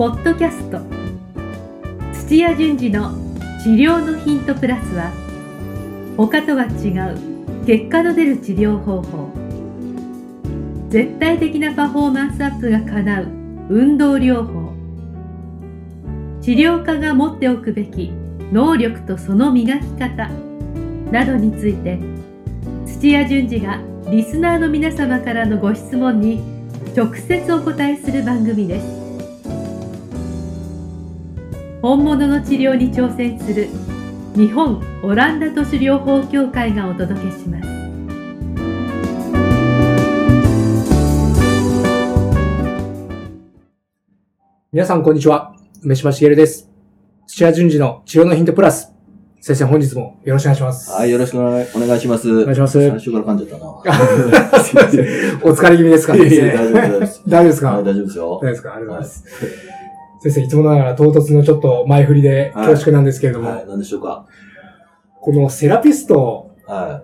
ポッドキャスト土屋順次の治療のヒントプラスは、他とは違う結果の出る治療方法、絶対的なパフォーマンスアップが叶う運動療法、治療家が持っておくべき能力とその磨き方などについて、土屋順次がリスナーの皆様からのご質問に直接お答えする番組です。本物の治療に挑戦する日本オランダ都市療法協会がお届けします。 皆さんこんにちは、梅島茂です。土屋順次の治療のヒントプラス。先生、本日もよろしくお願いします。 はい、よろしくお願いします。 お願いします。 最初から噛んじゃったな。 すいません。お疲れ気味ですか？ 大丈夫です。 大丈夫ですか？ はい、大丈夫ですよ。 大丈夫ですか？ありがとうございます。先生、いつもながら唐突のちょっと前振りで恐縮なんですけれども。 はい、何でしょうか。 このセラピスト。 はい。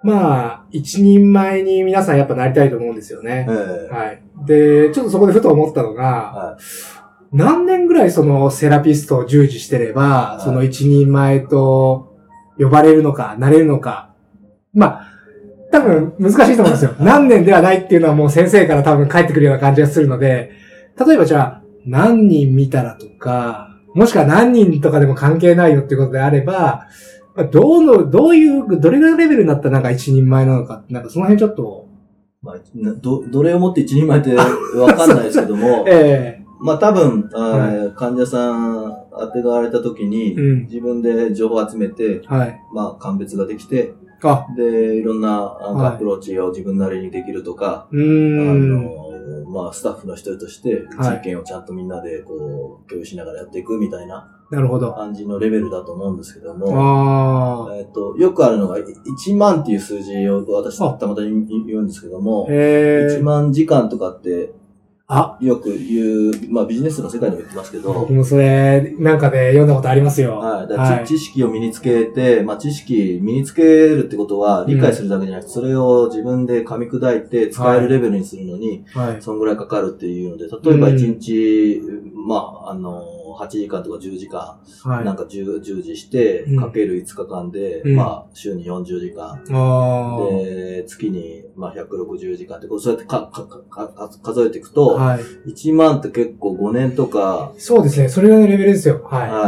まあ、一人前に皆さんやっぱなりたいと思うんですよね。はい。で、ちょっとそこでふと思ったのが、何年ぐらいそのセラピストを従事してれば、その一人前と呼ばれるのか、なれるのか。まあ、多分難しいと思うんですよ。何年ではないっていうのはもう先生から多分返ってくるような感じがするので、例えばじゃあ、何人見たらとか、もしくは何人とかでも関係ないよっていうことであれば、どれぐらいのレベルになったらなんか一人前なのか、なんかその辺ちょっと。 まあ、どれをもって一人前ってわかんないですけども、まあ多分、患者さん当てがわれた時に、自分で情報を集めて、まあ鑑別ができて、で、いろんなアプローチを自分なりにできるとか、まあスタッフの一人として実験をちゃんとみんなでこう共有しながらやっていくみたいな感じのレベルだと思うんですけども、よくあるのが1万っていう数字を私たまに言うんですけども、1万時間とかってよく言う、まあビジネスの世界でも言ってますけど。 僕もそれ、なんかで読んだことありますよ。 知識を身につけて、まあ知識身につけるってことは理解するだけじゃなくて、それを自分で噛み砕いて使えるレベルにするのに、そんぐらいかかるっていうので、例えば1日、まあ8時間とか10時間、なんか従事して、かける5日間で、まあ週に40時間、で、月にまあ160時間って、そうやって数えていくと、1万って結構5年とか。 そうですね。それぐらいのレベルですよ。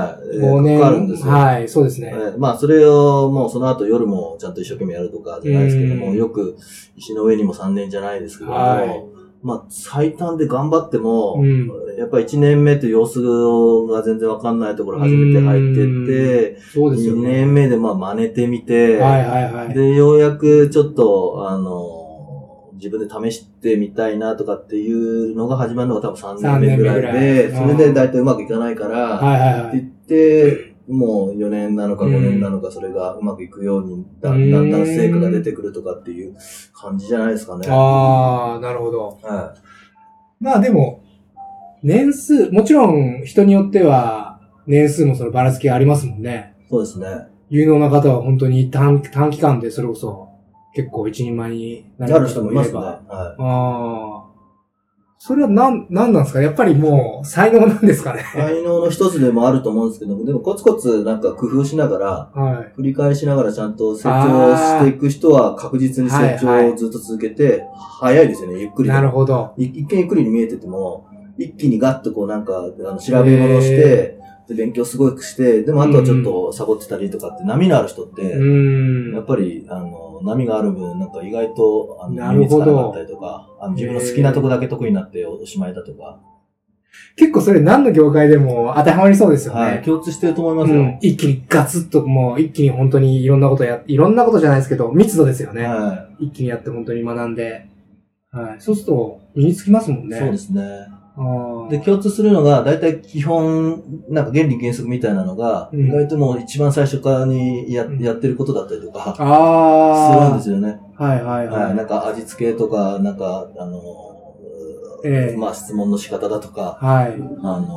5年。かかるんですよ。 そうですね。 まあ、それをもうその後夜もちゃんと一生懸命やるとかじゃないですけども、よく石の上にも3年じゃないですけども、まあ、最短で頑張っても、やっぱ1年目って様子が全然わかんないところ初めて入ってって、2年目でまあ真似てみて、で、ようやくちょっと、自分で試してみたいなとかっていうのが始まるのが多分3年目ぐらいで、それで大体うまくいかないから、って言って、もう4年なのか5年なのかそれがうまくいくようにだんだん成果が出てくるとかっていう感じじゃないですかね。 なるほど。まあでも、年数、もちろん人によっては年数もそのばらつきがありますもんね。 そうですね。 有能な方は本当に短期間でそれこそ結構一人前になる人もいれば。それはなんなんですか？やっぱりもう才能なんですかね？ 才能の一つでもあると思うんですけども、でもコツコツなんか工夫しながら、繰り返しながらちゃんと成長していく人は確実に成長をずっと続けて、早いですよね、ゆっくり。 なるほど。 一見ゆっくりに見えてても、一気にガッとこうなんか、調べ物をして、で、勉強すごくして、でもあとはちょっとサボってたりとかって波のある人って、やっぱり、波がある分、なんか意外と、身につかなかったりとか、自分の好きなとこだけ得意になっておしまいだとか。 結構それ何の業界でも当てはまりそうですよね。 共通してると思いますよ。 一気にガツッともう一気に本当にいろんなことじゃないですけど、密度ですよね。一気にやって本当に学んで。そうすると身につきますもんね。 そうですね。で、共通するのが、だいたい基本、なんか原理原則みたいなのが、意外ともう一番最初からにやってることだったりとか、するんですよね。なんか味付けとか、なんか、まあ質問の仕方だとか、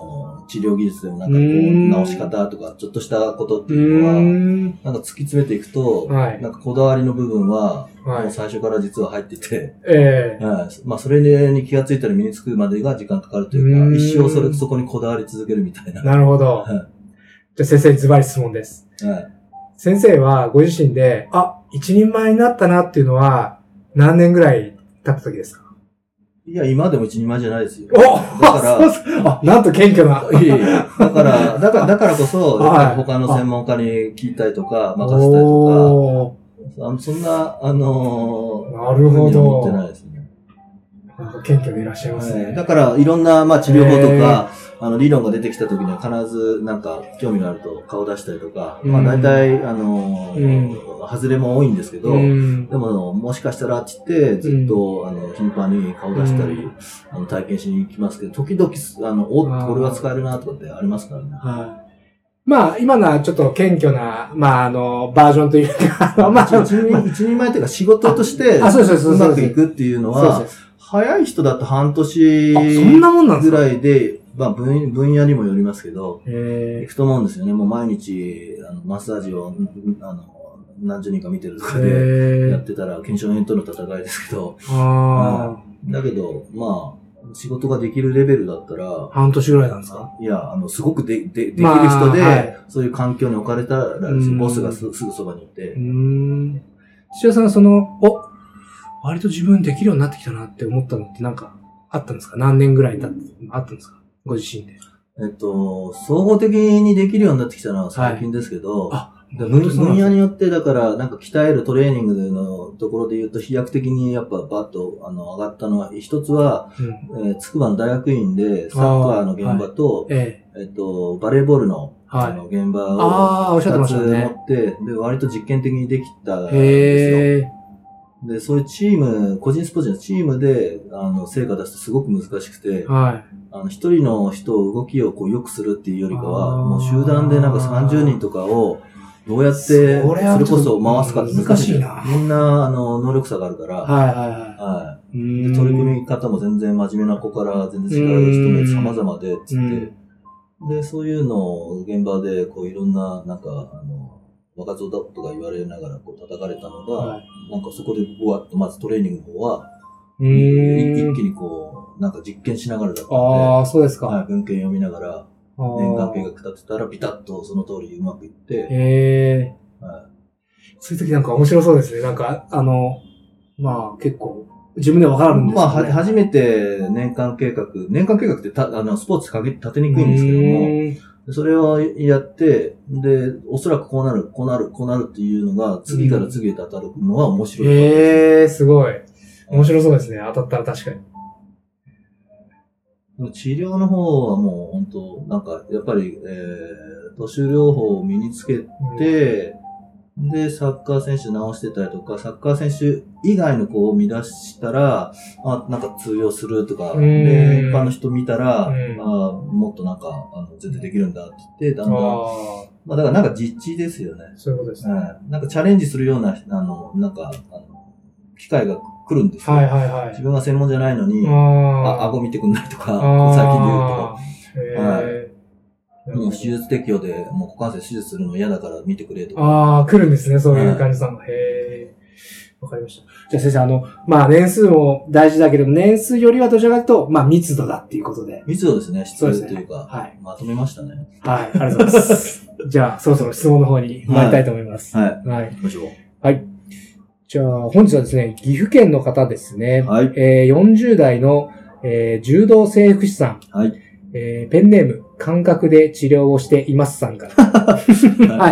治療技術でもなんかこう、治し方とか、ちょっとしたことっていうのは、なんか突き詰めていくと、なんかこだわりの部分は、もう最初から実は入ってて、まあそれに気がついたら身につくまでが時間かかるというか、一生そこにこだわり続けるみたいな。 なるほど。じゃあ先生にズバリ質問です。先生はご自身で、一人前になったなっていうのは何年ぐらい経った時ですか？ いや、今でも一人前じゃないですよ。 だから、なんと謙虚な。 だからこそ、他の専門家に聞いたりとか、任せたりとか、そんな、 なるほど。 思ってないですね。 謙虚でいらっしゃいますね。 だから、いろんな、治療法とか、理論が出てきた時には必ず、なんか、興味があると顔出したりとか、大体、外れも多いんですけど、でも、もしかしたらって言って、ずっと、頻繁に顔出したり、体験しに行きますけど、時々、これは使えるなとかってありますからね。 まあ、今のはちょっと謙虚な、バージョンというか、 一人前というか仕事として、うまくいくっていうのは、早い人だと半年ぐらいで、分野にもよりますけど、行くと思うんですよね。もう毎日、マッサージを、何十人か見てるとかでやってたら、腱鞘炎との戦いですけど、だけど、仕事ができるレベルだったら、 半年ぐらいなんですか？ いや、すごくできる人で、そういう環境に置かれたら、ボスがすぐそばにいて。 土屋さんは割と自分できるようになってきたなって思ったのってなんかあったんですか？何年ぐらいあったんですか？ご自身で。 総合的にできるようになってきたのは最近ですけど、分野によって、だから、なんか鍛えるトレーニングのところで言うと、飛躍的にやっぱバッと、上がったのは、一つは、筑波の大学院で、サッカーの現場と、バレーボールの、現場を、 おっしゃってましたね。 持って、で、割と実験的にできたんですよ。で、そういうチーム、個人スポーツのチームで、成果出すとすごく難しくて、一人の人を動きを良くするっていうよりかは、もう集団でなんか30人とかを、どうやって、それこそ回すかって難しいな。みんな、能力差があるから、で取り組み方も全然真面目な子から全然違う人も様々で、つって、で、そういうのを現場で、いろんな、なんか、若造だとか言われながら叩かれたのが、なんかそこでまずトレーニングの方は、一気になんか実験しながらだったので、 そうですか。 文献読みながら、年間計画立てたらビタッとその通りうまくいって、 そういう時なんか面白そうですね。なんか、結構、自分でわかるんですよね。 初めて年間計画ってスポーツ立てにくいんですけども、それをやって、で、おそらくこうなるっていうのが、次から次へと当たるのは面白い。 すごい。面白そうですね。当たったら確かに。 治療の方はもう本当、なんか、やっぱり、徒手療法を身につけて、で、サッカー選手直してたりとか、サッカー選手以外の子を見出したら、なんか通用するとか、で、一般の人見たら、もっとなんか、全然できるんだって言って、だんだん、だからなんか実地ですよね。 そういうことですね。 なんかチャレンジするような、なんか、機会が来るんですよ。自分が専門じゃないのに、顎見てくんないとか、最近で言うと。もう手術適用で、もう股関節手術するの嫌だから見てくれとか。 来るんですね、そういう患者さんが。わかりました。じゃあ先生、年数も大事だけど、年数よりはどちらかというと、密度だっていうことで。 密度ですね、質というか。まとめましたね。 ありがとうございます。じゃあ、そろそろ質問の方に参りたいと思います。 行きましょう。 じゃあ、本日はですね、岐阜県の方ですね。40代の、柔道整復師さん。ペンネーム、感覚で治療をしていますさんから。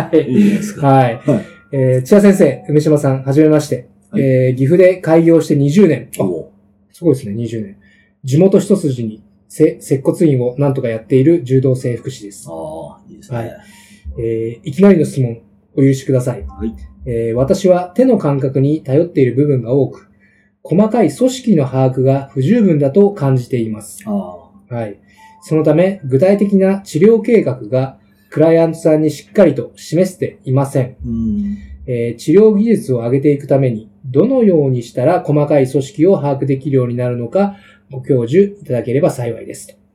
いいですか。 千葉先生、梅島さん、はじめまして。岐阜で開業して20年。すごいですね、20年。地元一筋に接骨院をなんとかやっている柔道整復師です。 いいですね。 いきなりの質問、お許しください。私は手の感覚に頼っている部分が多く、細かい組織の把握が不十分だと感じています。そのため、具体的な治療計画がクライアントさんにしっかりと示せていません。治療技術を上げていくために、どのようにしたら細かい組織を把握できるようになるのか、ご教授いただければ幸いです。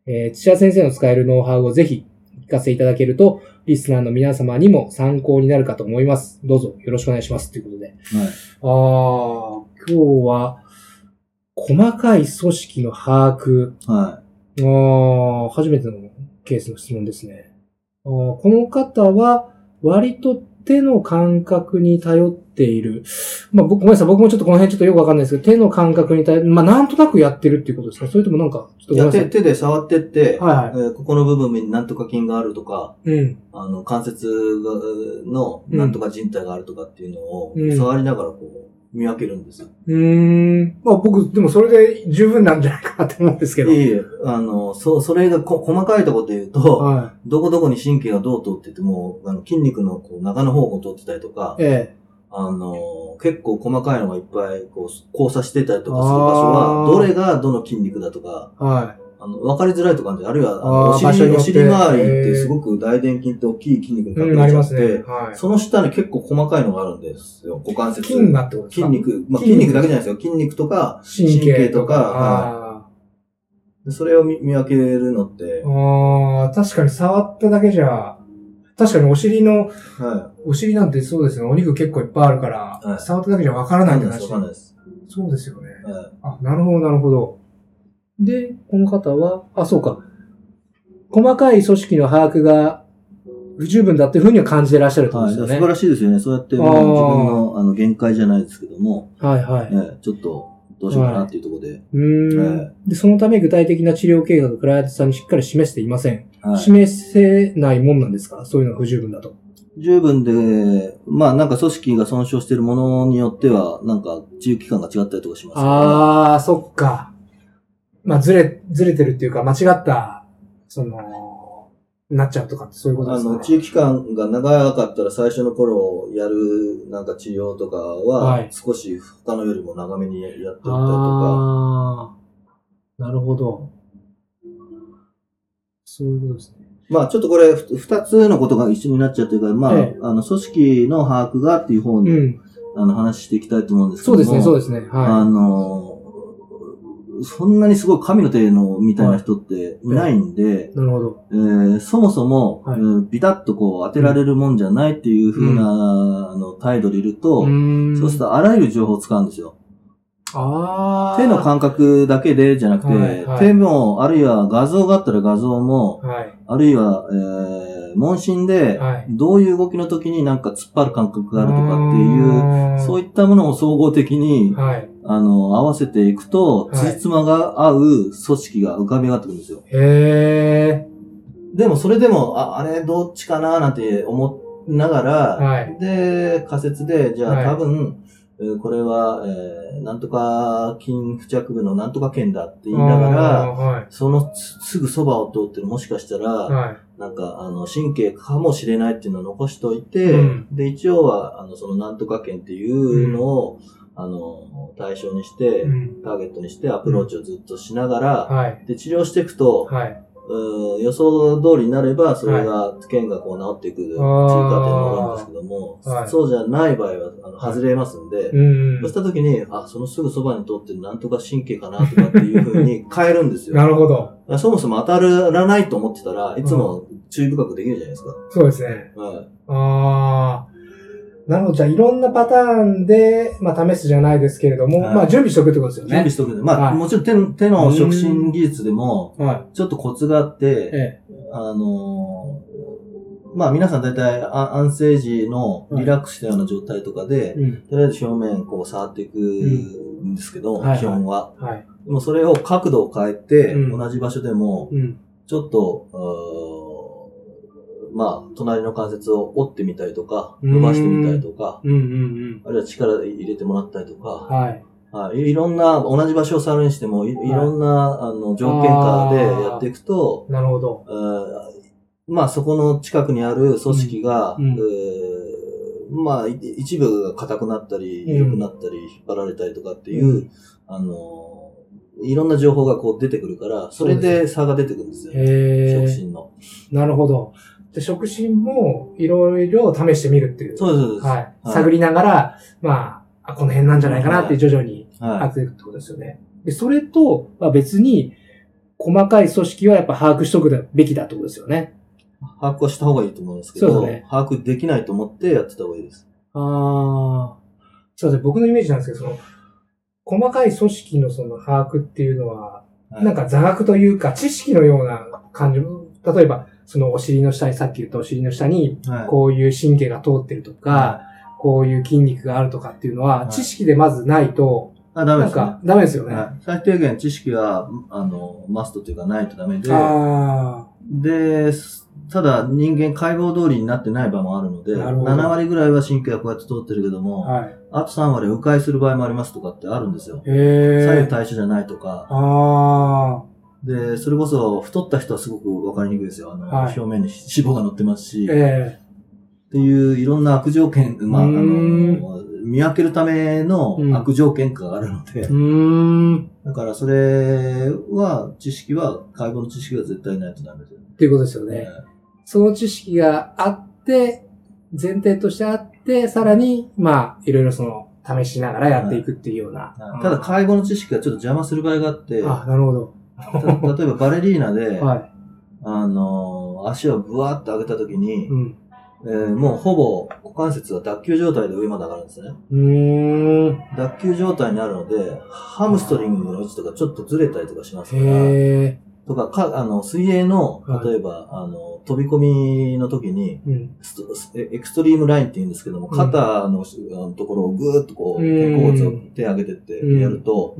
土屋先生の使えるノウハウをぜひ聞かせていただけると、リスナーの皆様にも参考になるかと思います。どうぞよろしくお願いします。ということで。はい。今日は、細かい組織の把握。はい。初めてのケースの質問ですね。この方は、割と手の感覚に頼っている。ごめんなさい。僕もちょっとこの辺ちょっとよくわかんないですけど、手の感覚に頼って、なんとなくやってるっていうことですか？それともなんか、ちょっとごめんなさい。 手で触ってって、はいはい、ここの部分になんとか筋があるとか、うん、関節のなんとか靭帯があるとかっていうのを、触りながらこう、見分けるんですよ。 僕、でもそれで十分なんじゃないかなって思うんですけど。 いえ、それが細かいところで言うと、はい、どこどこに神経がどう通ってても、筋肉のこう中の方を通ってたりとか、結構細かいのがいっぱいこう交差してたりとかする場所は、どれがどの筋肉だとか、はい、わかりづらいとかあるいは、お尻周りってすごく大臀筋って大きい筋肉に隠れちゃって、はい、その下に結構細かいのがあるんですよ。股関節。 筋がってことですか？ 筋肉。筋肉だけじゃないですよ。筋肉とか、神経とか、はい、それを見分けるのって。 確かに触っただけじゃ、確かにお尻の、はい、お尻なんてそうですね。お肉結構いっぱいあるから、はい、触っただけじゃわからないんじゃないですか。わかんないです。そうですよね。はい、なるほど、なるほど。で、この方は、そうか。細かい組織の把握が不十分だっていうふうには感じてらっしゃるってことですよね。 素晴らしいですよね。そうやって自分の限界じゃないですけども。はいはい。ちょっとどうしようかなっていうところで。 で、そのため具体的な治療計画をクライアントさんにしっかり示していません。はい、示せないもんなんですか？そういうのが不十分だと。 十分で、なんか組織が損傷しているものによっては、なんか治癒期間が違ったりとかしますから。そっか。ずれてるっていうか、間違った、なっちゃうとかってそういうことですかね。 治癒期間が長かったら最初の頃やるなんか治療とかは、少し他のよりも長めにやってみたりとか。 なるほど。そういうことですね。 ちょっとこれ、二つのことが一緒になっちゃってるから、組織の把握がっていう方に、話していきたいと思うんですけども。 そうですね。はい。 そんなにすごい神の手のみたいな人っていないんで、 なるほど。 そもそも、ビタッとこう当てられるもんじゃないっていう風な、態度でいると、そうするとあらゆる情報を使うんですよ。手の感覚だけでじゃなくて、手も、あるいは画像があったら画像も、あるいは、問診で、どういう動きの時になんか突っ張る感覚があるとかっていう、そういったものを総合的に、合わせていくと、辻褄が合う組織が浮かび上がってくるんですよ。でもそれでも、あれどっちかななんて思いながら、で、仮説で、じゃあ多分、これは、なんとか筋付着部のなんとか腱だって言いながら、そのすぐそばを通ってるもしかしたら、なんか、神経かもしれないっていうのを残しといて、で、一応は、そのなんとか腱っていうのを、対象にして、ターゲットにしてアプローチをずっとしながら、で、治療していくと、予想通りになれば、それが、腱がこう治っていく、中華点になるんですけども、そうじゃない場合は、外れますんで、そうした時に、そのすぐそばに通ってるなんとか神経かなとかっていう風に変えるんですよ。 なるほど。 そもそも当たらないと思ってたら、いつも注意深くできるじゃないですか。 そうですね。なるほど。じゃあ、いろんなパターンで、試すじゃないですけれども、準備しとくってことですよね。 準備しとく。もちろん手の触診技術でも、ちょっとコツがあって、皆さん大体安静時のリラックスしたような状態とかで、とりあえず表面こう触っていくんですけど、基本は。でもそれを角度を変えて、同じ場所でも、ちょっと、隣の関節を折ってみたりとか、伸ばしてみたりとか、あるいは力入れてもらったりとか、いろんな、同じ場所を触るにしても、いろんな、条件下でやっていくと、 なるほど。 そこの近くにある組織が、一部が硬くなったり、緩くなったり、引っ張られたりとかっていう、いろんな情報がこう出てくるから、それで差が出てくるんですよ。触診の。 なるほど。で、触診もいろいろ試してみるっていう。 そうです。 探りながら、この辺なんじゃないかなって徐々に当てていくってことですよね。で、それとは別に、 細かい組織はやっぱ把握しとくべきだってことですよね。 把握はした方がいいと思うんですけど、そうですね、把握できないと思ってやってた方がいいです。 すいません、僕のイメージなんですけど、細かい組織のその把握っていうのは、なんか座学というか知識のような感じ。例えば、そのお尻の下に、さっき言ったお尻の下に、こういう神経が通ってるとか、こういう筋肉があるとかっていうのは、知識でまずないと、 ダメですね。 なんか、ダメですよね。 最低限知識は、マストというかないとダメで、で、ただ人間解剖通りになってない場もあるので、7割ぐらいは神経がこうやって通ってるけども、あと3割迂回する場合もありますとかってあるんですよ。左右対称じゃないとか。で、それこそ太った人はすごくわかりにくいですよ。表面に脂肪が乗ってますし、っていういろんな悪条件、見分けるための悪条件があるので、だからそれは、解剖の知識は絶対ないとダメですよね。 っていうことですよね。その知識があって、前提としてあって、さらに、いろいろ試しながらやっていくっていうような。 ただ、介護の知識がちょっと邪魔する場合があって、 なるほど。 例えばバレリーナで、足をブワーって上げたときに、もうほぼ股関節は脱臼状態で上まで上がるんですね。脱臼状態になるので、ハムストリングの位置とかちょっとずれたりとかしますから、とか、水泳の、例えば、飛び込みの時に、エクストリームラインって言うんですけども、肩のところをぐーっとこう、肩甲骨を手上げてってやると、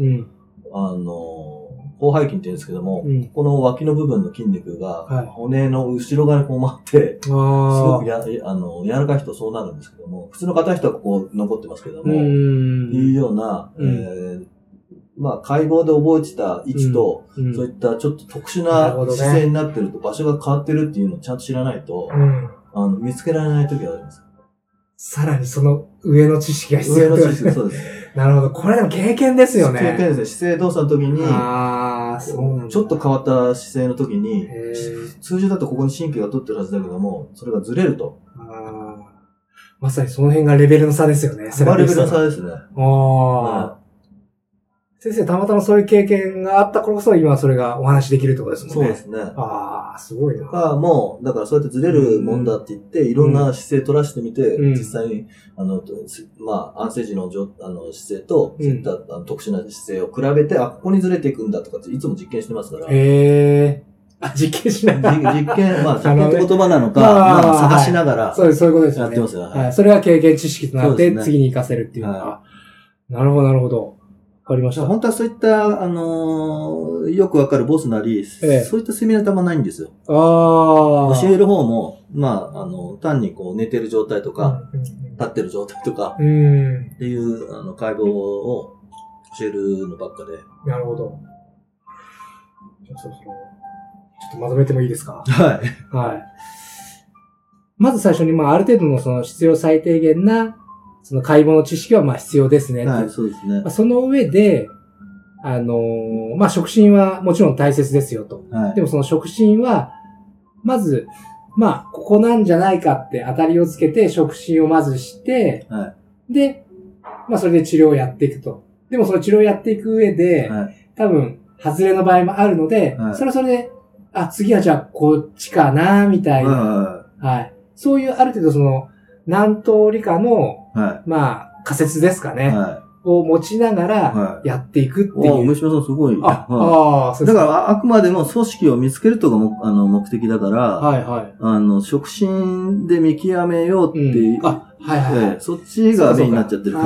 広背筋って言うんですけども、この脇の部分の筋肉が、骨の後ろ側にこう回って、すごく柔らかい人はそうなるんですけども、普通の硬い人はここ残ってますけども、っていうような、解剖で覚えてた位置と、そういったちょっと特殊な姿勢になってると場所が変わってるっていうのをちゃんと知らないと、見つけられない時があります。 さらにその上の知識が必要です。 上の知識、そうです。 なるほど。これでも経験ですよね。 経験ですね。姿勢動作の時に、ちょっと変わった姿勢の時に、通常だとここに神経が通ってるはずだけども、それがずれると。 まさにその辺がレベルの差ですよね。 レベルの差ですね。 先生、たまたまそういう経験があったからこそ、今それがお話できるってことですもんね。 そうですね。 すごいな。 だからそうやってずれるもんだって言って、いろんな姿勢取らせてみて、実際に、安静時の姿勢と、そういった特殊な姿勢を比べて、ここにずれていくんだとかっていつも実験してますから。 実験しながら。 実験って言葉なのか、探しながら。 そういうことですよね。 やってますよね。 それが経験知識となって、次に活かせるっていうのは。なるほど、なるほど。わかりました。 本当はそういった、よくわかるボスなり、そういったセミナーたまないんですよ。教える方も、単にこう寝てる状態とか、立ってる状態とか、っていう、解剖を教えるのばっかで。 なるほど。じゃあちょっとまとめてもいいですか？ はい。 まず最初に、ある程度のその必要最低限な、その解剖の知識は必要ですね。 そうですね。 その上で、触診はもちろん大切ですよと。でもその触診は、まず、ここなんじゃないかって当たりをつけて触診をまずして、で、それで治療をやっていくと。でもその治療をやっていく上で、多分、外れの場合もあるので、それはそれで、次はじゃあこっちかな、みたいな。そういうある程度その、何通りかの、仮説ですかね。を持ちながら、やっていくっていう。 梅島さんすごい。だからあくまでも組織を見つけるとが目的だから、触診で見極めようっていう。そっちがメインになっちゃってるから、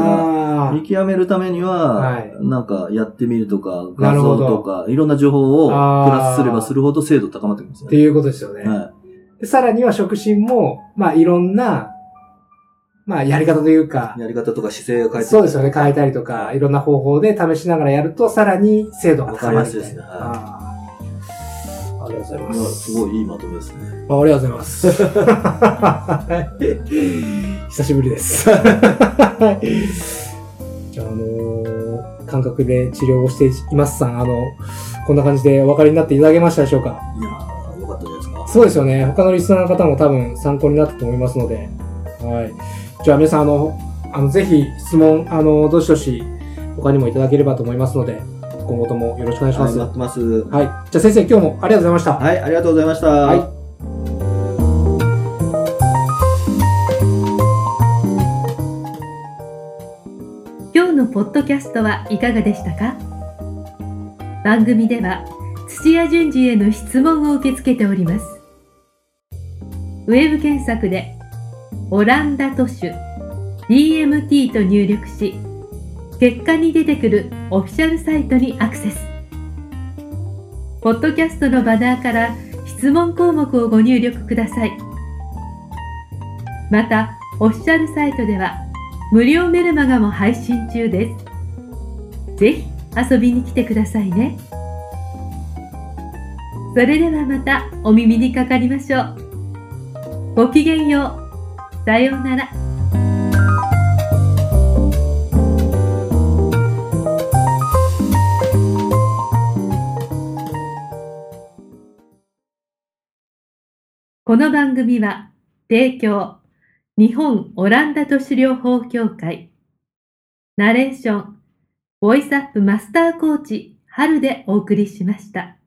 見極めるためには、なんかやってみるとか、画像とか、いろんな情報をプラスすればするほど精度高まってくるんですよね。 っていうことですよね。さらには触診も、いろんな、やり方というか。 やり方とか姿勢を変えて。 そうですよね。変えたりとか、いろんな方法で試しながらやると、さらに精度が高まる。 ですね。 ありがとうございます。 すごいいいまとめですね。 ありがとうございます。久しぶりです。じゃあ、感覚で治療をしていますさん、こんな感じでお分かりになっていただけましたでしょうか？ いやー、よかったですか。 そうですよね。他のリスナーの方も多分参考になったと思いますので。じゃあ皆さん、ぜひ質問、どしどし他にもいただければと思いますので、 今後ともよろしくお願いします。 待ってます。 はい。じゃあ先生、今日もありがとうございました。 はい、ありがとうございました。はい。 今日のポッドキャストはいかがでしたか？番組では土屋順次への質問を受け付けております。ウェブ検索でオランダ都市 DMT と入力し、結果に出てくるオフィシャルサイトにアクセス。ポッドキャストのバナーから質問項目をご入力ください。また、オフィシャルサイトでは無料メルマガも配信中です。ぜひ遊びに来てくださいね。それではまたお耳にかかりましょう。ごきげんよう。さようなら。この番組は提供日本オランダ都市療法協会、ナレーションボイスアップマスターコーチ春でお送りしました。